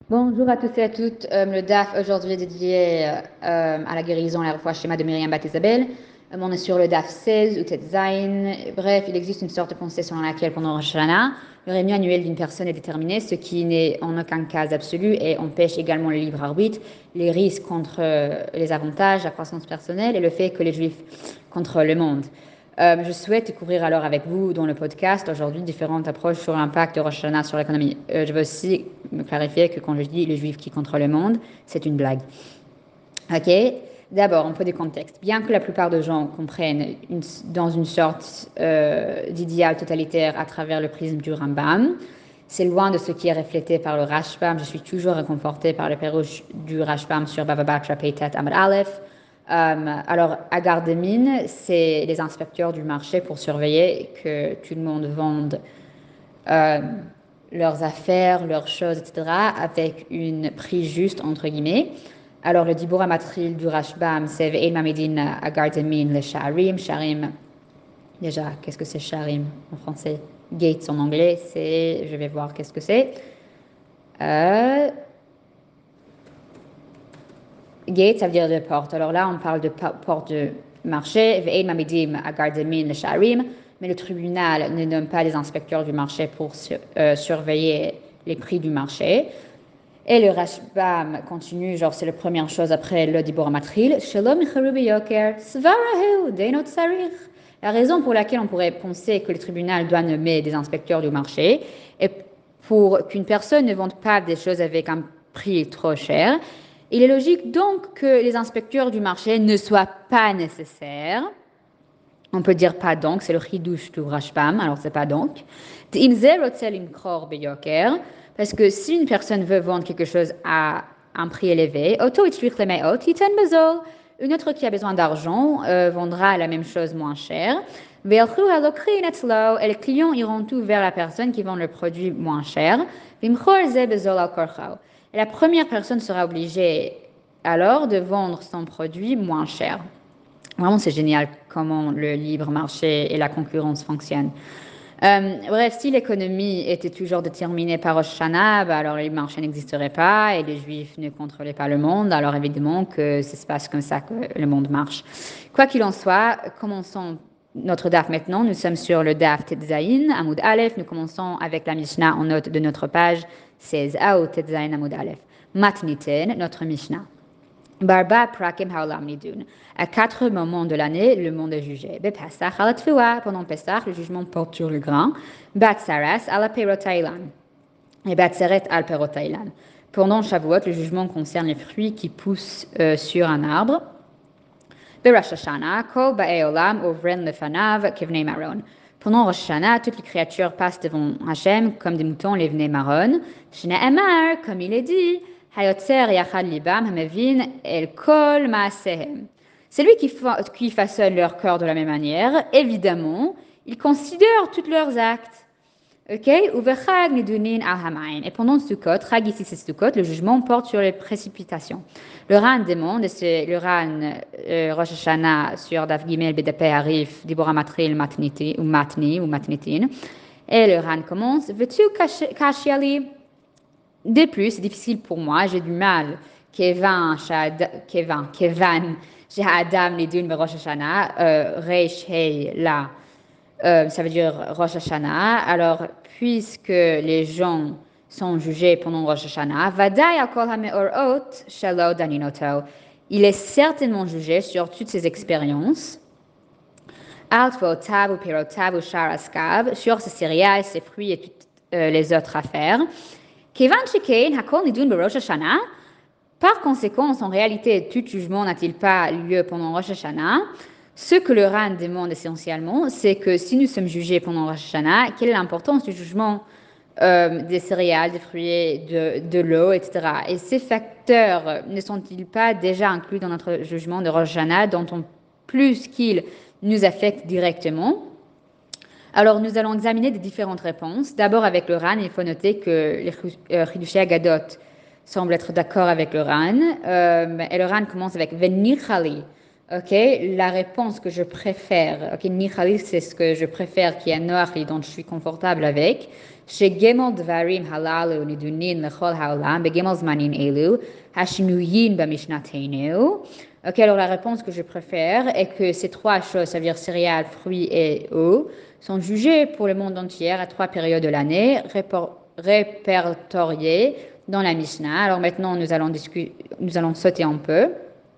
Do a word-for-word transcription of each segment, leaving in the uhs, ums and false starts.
Bonjour à tous et à toutes. Euh, le D A F aujourd'hui est dédié euh, à la guérison et à la fois schéma de Myriam Bat Isabel. Euh, on est sur le D A F seize ou Tet Zain. Bref, il existe une sorte de pensée selon laquelle pendant Rosh Hashanah, le revenu annuel d'une personne est déterminé, ce qui n'est en aucun cas absolu et empêche également le libre arbitre, les risques contre euh, les avantages, la croissance personnelle et le fait que les Juifs contrôlent le monde. Euh, je souhaite découvrir alors avec vous dans le podcast aujourd'hui différentes approches sur l'impact de Rosh Hashanah sur l'économie. Euh, je veux aussi me clarifier que quand je dis les Juifs qui contrôlent le monde, c'est une blague. Ok. D'abord, un peu de contexte. Bien que la plupart des gens comprennent une, dans une sorte euh, d'idéal totalitaire à travers le prisme du Rambam, c'est loin de ce qui est reflété par le Rashbam. Je suis toujours réconfortée par le pérouche du Rashbam sur Bava Batra Peitat Amad Aleph. Euh, alors, à garde des mines, c'est les inspecteurs du marché pour surveiller que tout le monde vende euh, leurs affaires, leurs choses, et cetera, avec un prix juste, entre guillemets. Alors, le Dibura Matril du Rashbam, c'est Ve'en Mamedin à garde des mines, le Sharim. Sharim, déjà, qu'est-ce que c'est Sharim en français? Gates en anglais, c'est, je vais voir qu'est-ce que c'est. Euh, Gate, ça veut dire de porte. Alors là, on parle de porte de marché. Ve'en mamidim agardemin le sharim. Mais le tribunal ne nomme pas les inspecteurs du marché pour sur, euh, surveiller les prix du marché. Et le Rashbam continue, genre c'est la première chose après le Dibor Matril. Shalom icharubi yoker, svarahu, denot sarich. La raison pour laquelle on pourrait penser que le tribunal doit nommer des inspecteurs du marché est pour qu'une personne ne vende pas des choses avec un prix trop cher. Il est logique donc que les inspecteurs du marché ne soient pas nécessaires. On peut dire pas donc, c'est le chidouche du Rashbam, alors c'est pas donc. Parce que si une personne veut vendre quelque chose à un prix élevé, une autre qui a besoin d'argent euh, vendra la même chose moins cher. Et les clients iront tout vers la personne qui vend le produit moins cher. Et la première personne sera obligée alors de vendre son produit moins cher. Vraiment, c'est génial comment le libre marché et la concurrence fonctionnent. Euh, bref, si l'économie était toujours déterminée par Rosh Hashanah, bah alors le marché n'existerait pas et les Juifs ne contrôlaient pas le monde. Alors évidemment que ça se passe comme ça que le monde marche. Quoi qu'il en soit, commençons notre D A F maintenant. Nous sommes sur le D A F Tetzaïn, Amoud Aleph. Nous commençons avec la Mishnah en note de notre page seize A ou Tetzaïn Amoud Aleph. Matniten, notre Mishnah. Barba prakim haolam nidun. À quatre moments de l'année, le monde est jugé. Bepasach ala tfua, pendant Pesach, le jugement porte sur le grain. Batsaras ala perotailan. Et batseret al perotailan. Pendant Shavuot, le jugement concerne les fruits qui poussent euh, sur un arbre. Berosh Hashanah, kol ba'e olam ovren lefanav kevnei maron. Pendant Rosh Hashanah, toutes les créatures passent devant Hachem comme des moutons les venez marron. Shna Amar, comme il est dit, Hayotzer yachad libam hamevin el kol maasehem. C'est lui qui, fa- qui façonne leur cœur de la même manière. Évidemment, il considère tous leurs actes. Ok? Uvechag nidunin al hamain. Et pendant Sukkot, Chag ici c'est Sukkot, le jugement porte sur les précipitations. Le Ran demande, et c'est le Ran euh, Rosh Hashanah sur Daf Gimel Bedape Arif, Dibora Matril Matniti, ou Matni, ou Matnitin. Et le Ran commence, veux-tu kashiali? De plus, c'est difficile pour moi, j'ai du mal. Kevan, Kevan, Kevan, j'ai Adam Nidun Rosh Hashanah, euh, Reish Hei La. Euh, ça veut dire Rosh Hashanah. Alors, puisque les gens sont jugés pendant Rosh Hashanah, Vadai akol hameorot shelo daninoto. Il est certainement jugé sur toutes ses expériences. Altvotav ou pirotav ou sharaskav, sur ses céréales, ses fruits et toutes euh, les autres affaires. Kevan shikein hakol nidun berosh Hashanah. Par conséquent, en réalité, tout jugement n'a-t-il pas lieu pendant Rosh Hashanah? Ce que le Ran demande essentiellement, c'est que si nous sommes jugés pendant Rosh Hashanah, quelle est l'importance du jugement euh, des céréales, des fruits, de, de l'eau, et cetera. Et ces facteurs ne sont-ils pas déjà inclus dans notre jugement de Rosh Hashanah, dont on, plus qu'ils nous affectent directement? Alors, nous allons examiner des différentes réponses. D'abord, avec le Ran, il faut noter que les Chidushei Agadot semblent être d'accord avec le Ran. Euh, et le Ran commence avec Venichali. Ok, la réponse que je préfère. Ok, Nichali, c'est ce que je préfère, qui est Noachli, dont je suis confortable avec. שגמל דברים הללו נידונים לכל העולם בגמל זמנים אלו, השינויים במשנתנו. Ok, alors la réponse que je préfère est que ces trois choses, ça veut dire céréales, fruits et eau, sont jugées pour le monde entier à trois périodes de l'année, répertoriées dans la Mishnah. Alors maintenant, nous allons, nous allons sauter un peu.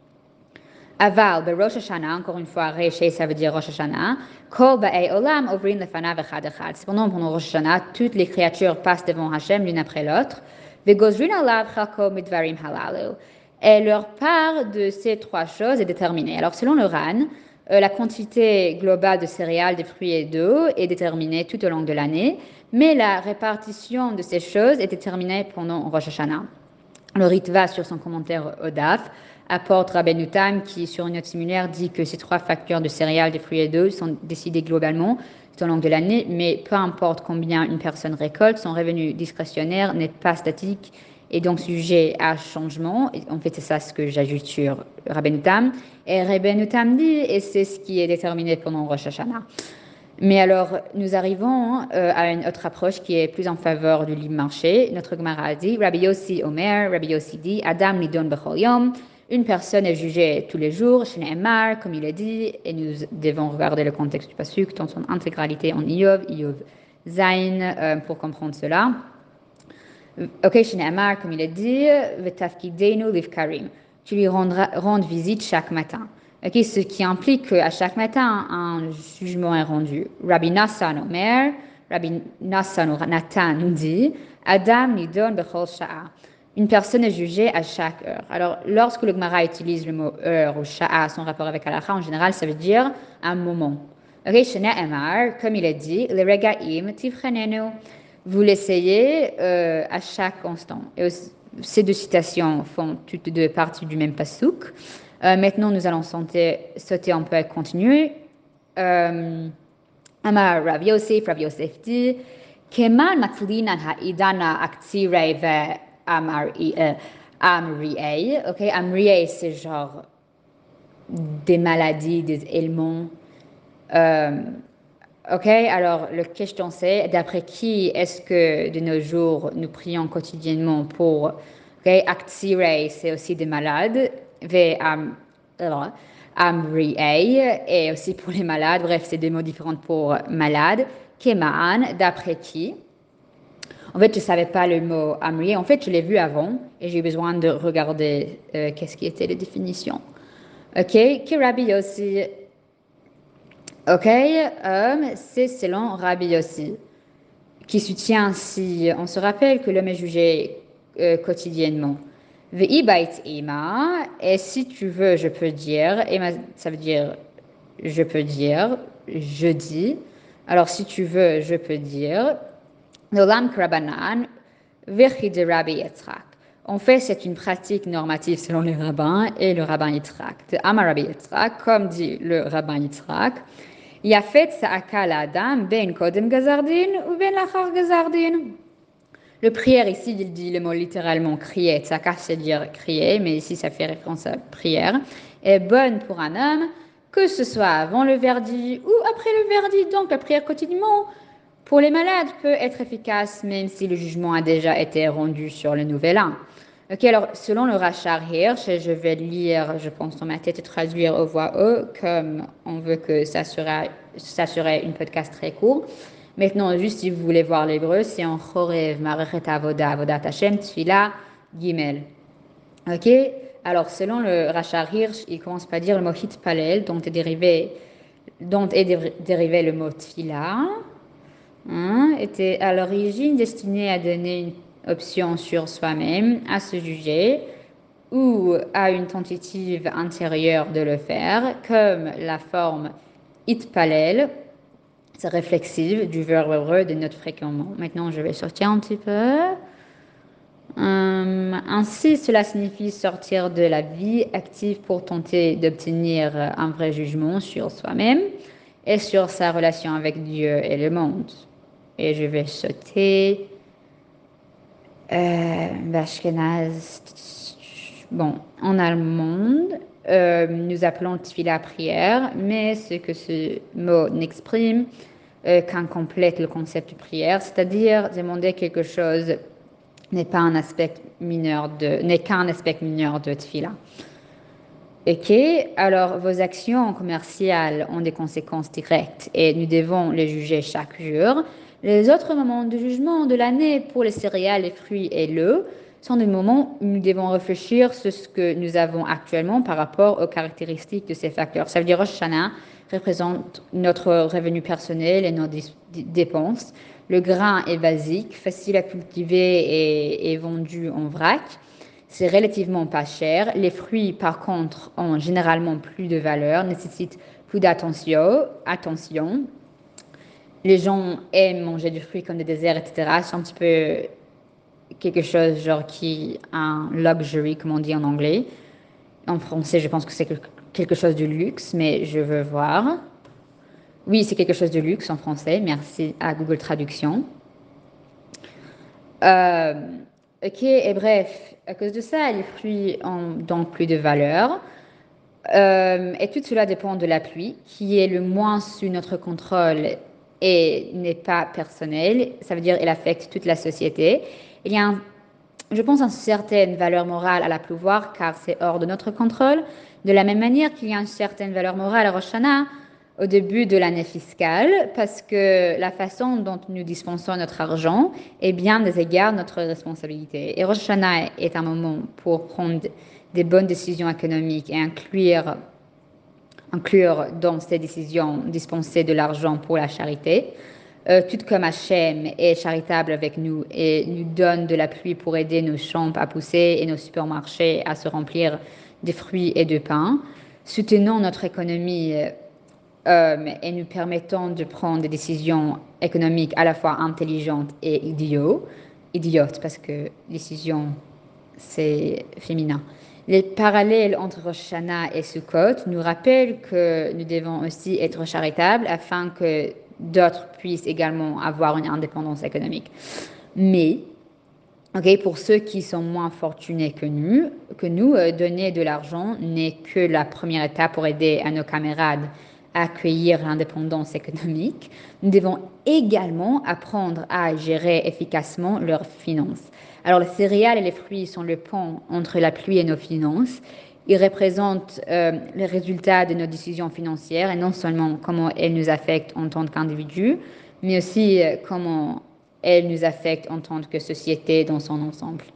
Aval, be Rosh Hashanah, encore une fois, Reishe, ça veut dire Rosh Hashanah. Kol ba'ei olam ovrin lefanav echad echad. Cependant, pendant Rosh Hashanah, toutes les créatures passent devant Hachem l'une après l'autre. Vegozrin alav chalko midvarim halalu. Et leur part de ces trois choses est déterminée. Alors, selon le RAN, euh, la quantité globale de céréales, de fruits et d'eau est déterminée tout au long de l'année, mais la répartition de ces choses est déterminée pendant Rosh Hashanah. Le Ritva, sur son commentaire au D A F, apporte Rabbeinu Tam qui, sur une note similaire, dit que ces trois facteurs de céréales, de fruits et d'eau sont décidés globalement tout au long de l'année, mais peu importe combien une personne récolte, son revenu discrétionnaire n'est pas statique et donc sujet à changement. En fait, c'est ça ce que j'ajoute sur Rabbeinu Tam. Et Rabbeinu Tam dit, et c'est ce qui est déterminé pendant Rosh Hashanah. Mais alors, nous arrivons euh, à une autre approche qui est plus en faveur du libre marché. Notre Gemara a dit, Rabbi Yossi Omer, Rabbi Yossi dit, Adam nidon bechol yom, une personne est jugée tous les jours, Shneemar, comme il est dit, et nous devons regarder le contexte du pasuk dans son intégralité en Iyov, Iyov Zain, euh, pour comprendre cela. Ok, Shneemar, comme il est dit, Vetafkideinu livkarim, tu lui rendras, rends visite chaque matin. Okay, ce qui implique qu'à chaque matin, un jugement est rendu. Rabbi Nassan Omer, Rabbi Nassan Nathan nous dit, Adam nidon bechol sha'a. Une personne est jugée à chaque heure. Alors, lorsque le Gemara utilise le mot heure ou sha'a, son rapport avec halakha, en général, ça veut dire un moment. Ok, Shena Emar, comme il est dit, le regaim tivchanenu. Vous l'essayez euh, à chaque instant. Et aussi, ces deux citations font toutes deux parties du même pasuk. Euh, maintenant, nous allons sauter, sauter un peu et continuer. Euh, Amar Rav Yosef, Rav Yosef dit, Keman matlinan ha'idana aktirei ve amriei. Ok, amriei, c'est genre des maladies, des ailments. Euh, ok, alors la question c'est, d'après qui est-ce que de nos jours nous prions quotidiennement pour, ok, aktirei, c'est aussi des malades, ve am, alors, Amriei, et aussi pour les malades, bref, c'est des mots différents pour malade. Kemaan, d'après qui? En fait, je ne savais pas le mot Amriei. En fait, je l'ai vu avant et j'ai besoin de regarder euh, qu'est-ce qui était les définitions. Ok, que Rabbi Yossi. Ok, um, c'est selon Rabbi Yossi, qui soutient ainsi, on se rappelle que l'homme est jugé euh, quotidiennement. Ima, et si tu veux, je peux dire, Ima, ça veut dire, je peux dire, je dis. Alors, si tu veux, je peux dire, Nolam Krabanan, Vechi de Rabbi Yitzhak. En fait, c'est une pratique normative selon les rabbins et le rabbin Yitzhak. De Amar Rabbi Yitzhak, comme dit le rabbin Yitzhak, Yafet Sa'aka Adam, ben Kodem Gazardin ou ben Lachar Gazardin. Le prière ici, il dit le mot littéralement crier, tzaka, c'est dire crier, mais ici ça fait référence à prière, est bonne pour un homme, que ce soit avant le verdict ou après le verdict. Donc la prière quotidiennement pour les malades peut être efficace même si le jugement a déjà été rendu sur le nouvel an. Ok, alors selon le Rachar Hirsch, et je vais lire, je pense dans ma tête et traduire aux voix haute, comme on veut que ça sera, ça serait une podcast très court. Maintenant, juste si vous voulez voir l'hébreu, c'est en Chorev, Marechet Avoda, Avodat Hashem, Tfila, Gimel. Ok? Alors, selon le Rachar Hirsch, il commence par dire le mot Hitpalel, dont est dérivé, dont est dérivé le mot Tfila, hein, était à l'origine destiné à donner une option sur soi-même, à se juger, ou à une tentative intérieure de le faire, comme la forme Hitpalel, c'est réflexive du verbe heureux de notre fréquemment. Maintenant, je vais sortir un petit peu. Hum, ainsi, cela signifie sortir de la vie active pour tenter d'obtenir un vrai jugement sur soi-même et sur sa relation avec Dieu et le monde. Et je vais sauter. Euh, bon, en allemand, euh, nous appelons tefila prière, mais ce que ce mot n'exprime euh, quand complète le concept de prière, c'est-à-dire demander quelque chose n'est pas un aspect mineur de, n'est qu'un aspect mineur de tefila. Ok, alors vos actions commerciales ont des conséquences directes et nous devons les juger chaque jour. Les autres moments de jugement de l'année pour les céréales, les fruits et l'eau sont des moments où nous devons réfléchir sur ce que nous avons actuellement par rapport aux caractéristiques de ces facteurs. Ça veut dire Rosh Hashanah représente notre revenu personnel et nos dépenses. Le grain est basique, facile à cultiver et, et vendu en vrac. C'est relativement pas cher. Les fruits, par contre, ont généralement plus de valeur, nécessitent plus d'attention. Attention. Les gens aiment manger du fruit comme des desserts, et cetera. C'est un petit peu quelque chose genre qui un luxury, comme on dit en anglais. En français, je pense que c'est quelque chose de luxe, mais je veux voir. Oui, c'est quelque chose de luxe en français. Merci à Google Traduction. Euh, ok, et bref, à cause de ça, les fruits ont donc plus de valeur. Euh, et tout cela dépend de la pluie, qui est le moins sous notre contrôle et n'est pas personnel. Ça veut dire qu'elle affecte toute la société. Il y a, un, je pense, une certaine valeur morale à la pleuvoir, car c'est hors de notre contrôle. De la même manière qu'il y a une certaine valeur morale à Rosh Hashanah au début de l'année fiscale, parce que la façon dont nous dispensons notre argent est bien des égards notre responsabilité. Et Rosh Hashanah est un moment pour prendre des bonnes décisions économiques et inclure, inclure dans ces décisions dispenser de l'argent pour la charité. Euh, tout comme Hachem est charitable avec nous et nous donne de la pluie pour aider nos champs à pousser et nos supermarchés à se remplir de fruits et de pain, soutenons notre économie euh, et nous permettons de prendre des décisions économiques à la fois intelligentes et idiotes, idiotes parce que décision c'est féminin. Les parallèles entre Rosh Hashanah et Sukkot nous rappellent que nous devons aussi être charitables afin que d'autres puissent également avoir une indépendance économique. Mais, okay, pour ceux qui sont moins fortunés que nous, que nous euh, donner de l'argent n'est que la première étape pour aider à nos camarades à accueillir l'indépendance économique. Nous devons également apprendre à gérer efficacement leurs finances. Alors, les céréales et les fruits sont le pont entre la pluie et nos finances. Ils représentent euh, les résultats de nos décisions financières et non seulement comment elles nous affectent en tant qu'individus, mais aussi euh, comment elles nous affectent en tant que société dans son ensemble.